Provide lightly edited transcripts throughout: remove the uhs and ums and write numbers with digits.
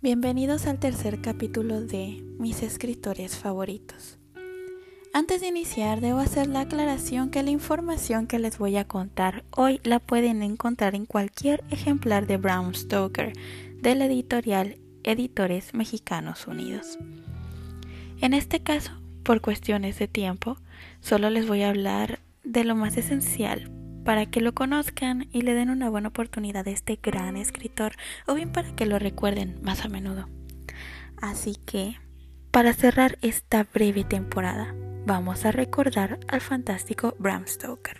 Bienvenidos al tercer capítulo de Mis escritores favoritos. Antes de iniciar, debo hacer la aclaración que la información que les voy a contar hoy la pueden encontrar en cualquier ejemplar de Bram Stoker de la editorial Editores Mexicanos Unidos. En este caso, por cuestiones de tiempo, solo les voy a hablar de lo más esencial para que lo conozcan y le den una buena oportunidad a este gran escritor, o bien para que lo recuerden más a menudo. Así que, para cerrar esta breve temporada, vamos a recordar al fantástico Bram Stoker.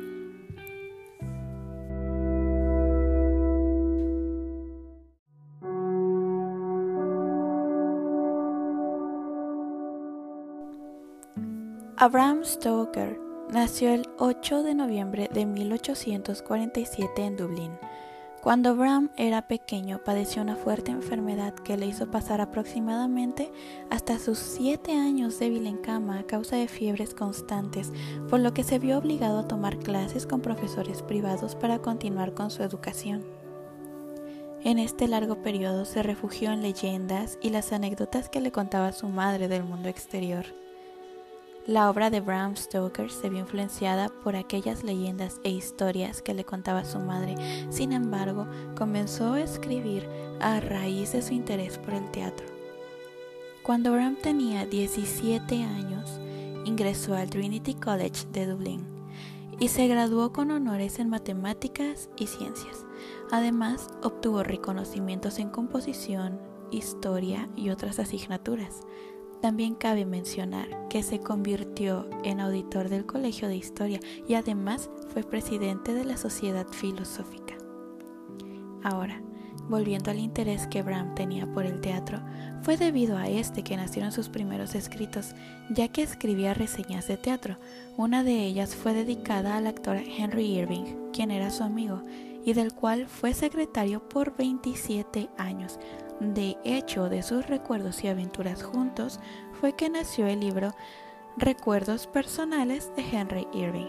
Bram Stoker nació el 8 de noviembre de 1847 en Dublín. Cuando Bram era pequeño, padeció una fuerte enfermedad que le hizo pasar aproximadamente hasta sus 7 años débil en cama a causa de fiebres constantes, por lo que se vio obligado a tomar clases con profesores privados para continuar con su educación. En este largo periodo se refugió en leyendas y las anécdotas que le contaba su madre del mundo exterior. La obra de Bram Stoker se vio influenciada por aquellas leyendas e historias que le contaba su madre. Sin embargo, comenzó a escribir a raíz de su interés por el teatro. Cuando Bram tenía 17 años, ingresó al Trinity College de Dublín y se graduó con honores en matemáticas y ciencias. Además, obtuvo reconocimientos en composición, historia y otras asignaturas. También cabe mencionar que se convirtió en auditor del Colegio de Historia y además fue presidente de la Sociedad Filosófica. Ahora, volviendo al interés que Bram tenía por el teatro, fue debido a este que nacieron sus primeros escritos, ya que escribía reseñas de teatro. Una de ellas fue dedicada al actor Henry Irving, quien era su amigo, y del cual fue secretario por 27 años. De hecho, de sus recuerdos y aventuras juntos fue que nació el libro Recuerdos personales de Henry Irving.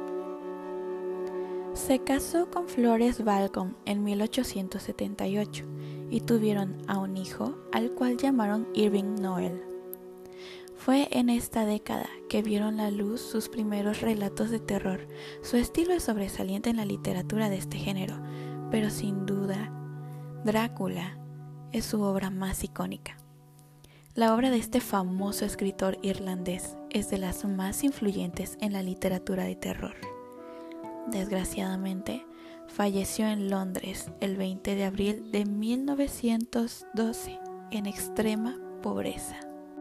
Se casó con Florence Balcom en 1878 y tuvieron a un hijo al cual llamaron Irving Noel. Fue en esta década que vieron la luz sus primeros relatos de terror. Su estilo es sobresaliente en la literatura de este género, pero sin duda, Drácula es su obra más icónica. La obra de este famoso escritor irlandés es de las más influyentes en la literatura de terror. Desgraciadamente, falleció en Londres el 20 de abril de 1912 en extrema pobreza.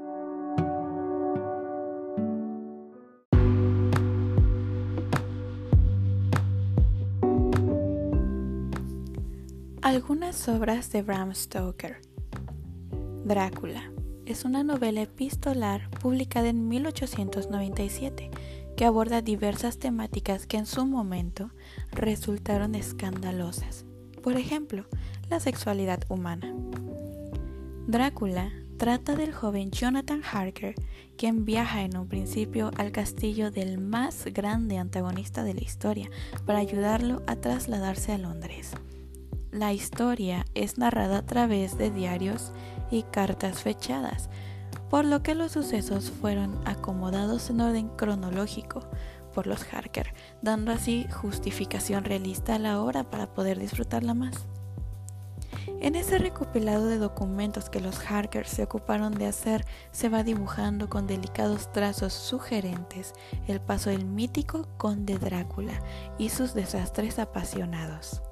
Algunas obras de Bram Stoker. Drácula es una novela epistolar publicada en 1897 que aborda diversas temáticas que en su momento resultaron escandalosas. Por ejemplo, la sexualidad humana. Drácula trata del joven Jonathan Harker, quien viaja en un principio al castillo del más grande antagonista de la historia para ayudarlo a trasladarse a Londres. La historia es narrada a través de diarios y cartas fechadas, por lo que los sucesos fueron acomodados en orden cronológico por los Harker, dando así justificación realista a la obra para poder disfrutarla más. En ese recopilado de documentos que los Harker se ocuparon de hacer, se va dibujando con delicados trazos sugerentes el paso del mítico conde Drácula y sus desastres apasionados.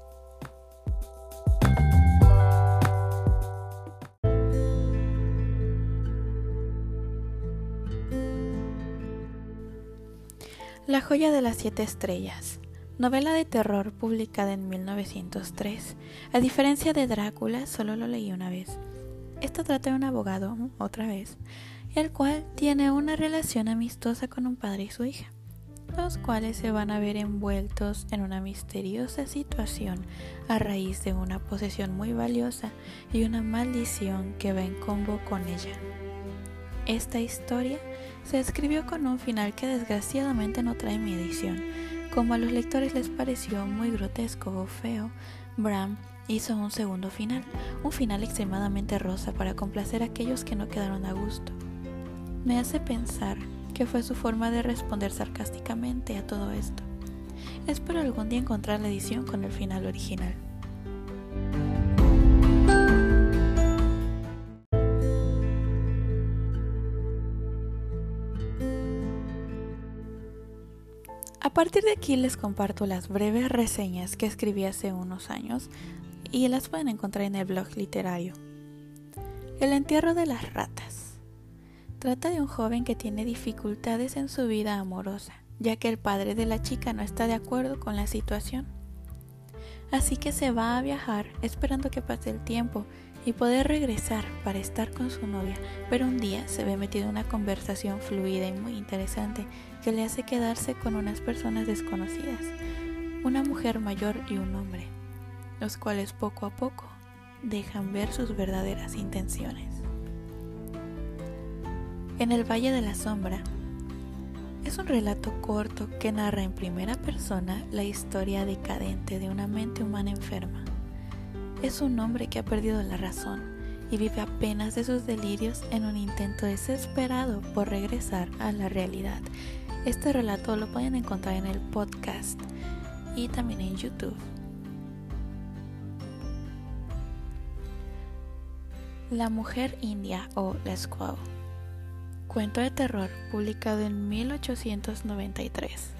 La joya de las 7 estrellas, novela de terror publicada en 1903. A diferencia de Drácula, solo lo leí una vez. Esto trata de un abogado, otra vez, el cual tiene una relación amistosa con un padre y su hija, los cuales se van a ver envueltos en una misteriosa situación a raíz de una posesión muy valiosa y una maldición que va en combo con ella. Esta historia se escribió con un final que desgraciadamente no trae mi edición. Como a los lectores les pareció muy grotesco o feo, Bram hizo un segundo final, un final extremadamente rosa para complacer a aquellos que no quedaron a gusto. Me hace pensar que fue su forma de responder sarcásticamente a todo esto. Espero algún día encontrar la edición con el final original. A partir de aquí les comparto las breves reseñas que escribí hace unos años y las pueden encontrar en el blog literario. El entierro de las ratas. Trata de un joven que tiene dificultades en su vida amorosa, ya que el padre de la chica no está de acuerdo con la situación. Así que se va a viajar esperando que pase el tiempo y poder regresar para estar con su novia, pero un día se ve metido en una conversación fluida y muy interesante que le hace quedarse con unas personas desconocidas, una mujer mayor y un hombre, los cuales poco a poco dejan ver sus verdaderas intenciones. En el Valle de la Sombra es un relato corto que narra en primera persona la historia decadente de una mente humana enferma. Es un hombre que ha perdido la razón y vive apenas de sus delirios en un intento desesperado por regresar a la realidad. Este relato lo pueden encontrar en el podcast y también en YouTube. La mujer india o La Squaw. Cuento de terror publicado en 1893.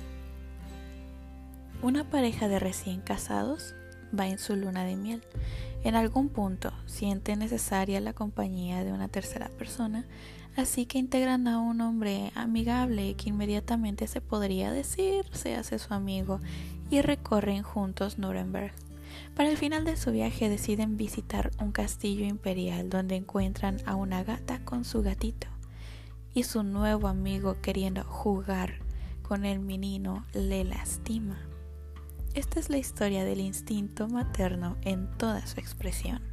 Una pareja de recién casados va en su luna de miel. En algún punto siente necesaria la compañía de una tercera persona, así que integran a un hombre amigable que inmediatamente se podría decir se hace su amigo y recorren juntos Nuremberg. Para el final de su viaje deciden visitar un castillo imperial donde encuentran a una gata con su gatito y su nuevo amigo queriendo jugar con el menino le lastima. Esta es la historia del instinto materno en toda su expresión.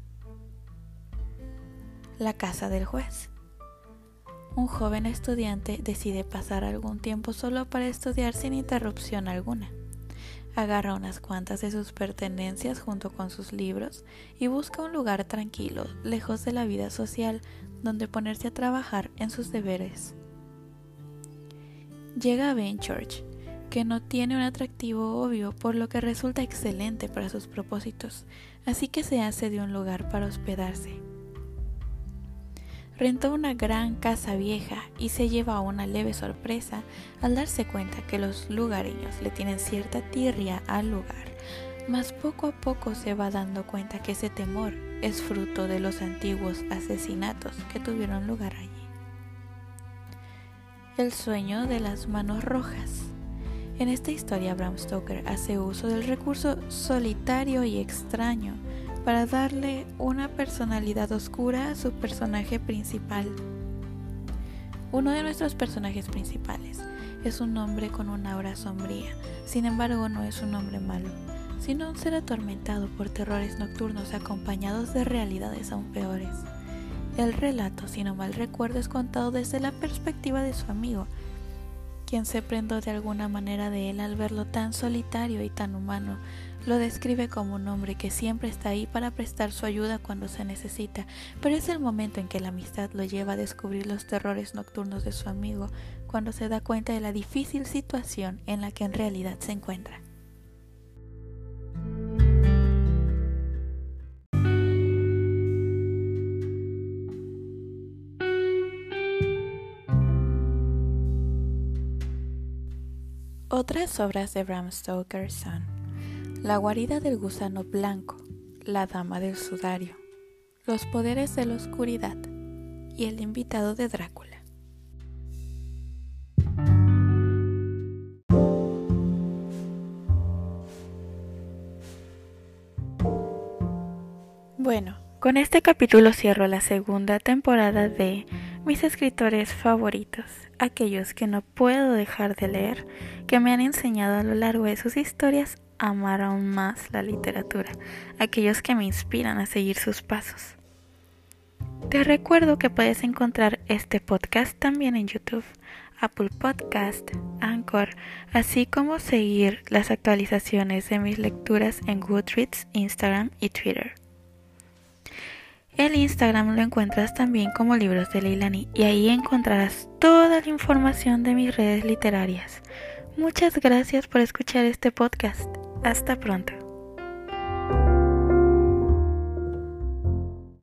La casa del juez. Un joven estudiante decide pasar algún tiempo solo para estudiar sin interrupción alguna. Agarra unas cuantas de sus pertenencias junto con sus libros y busca un lugar tranquilo, lejos de la vida social, donde ponerse a trabajar en sus deberes. Llega a Benchurch, que no tiene un atractivo obvio, por lo que resulta excelente para sus propósitos, así que se hace de un lugar para hospedarse. Rentó una gran casa vieja y se lleva una leve sorpresa al darse cuenta que los lugareños le tienen cierta tirria al lugar, mas poco a poco se va dando cuenta que ese temor es fruto de los antiguos asesinatos que tuvieron lugar allí. El sueño de las manos rojas. En esta historia Bram Stoker hace uso del recurso solitario y extraño para darle una personalidad oscura a su personaje principal. Uno de nuestros personajes principales es un hombre con una aura sombría, sin embargo no es un hombre malo, sino un ser atormentado por terrores nocturnos acompañados de realidades aún peores. El relato, si no mal recuerdo, es contado desde la perspectiva de su amigo, quien se prendó de alguna manera de él al verlo tan solitario y tan humano. Lo describe como un hombre que siempre está ahí para prestar su ayuda cuando se necesita, pero es el momento en que la amistad lo lleva a descubrir los terrores nocturnos de su amigo, cuando se da cuenta de la difícil situación en la que en realidad se encuentra. Otras obras de Bram Stoker son La guarida del gusano blanco, La dama del sudario, Los poderes de la oscuridad y El invitado de Drácula. Bueno, con este capítulo cierro la segunda temporada de mis escritores favoritos, aquellos que no puedo dejar de leer, que me han enseñado a lo largo de sus historias a amar aún más la literatura, aquellos que me inspiran a seguir sus pasos. Te recuerdo que puedes encontrar este podcast también en YouTube. Apple Podcast, Anchor, así como seguir las actualizaciones de mis lecturas en Goodreads, Instagram y Twitter. El Instagram lo encuentras también como Libros de Leilani y ahí encontrarás toda la información de mis redes literarias. Muchas gracias por escuchar este podcast. Hasta pronto.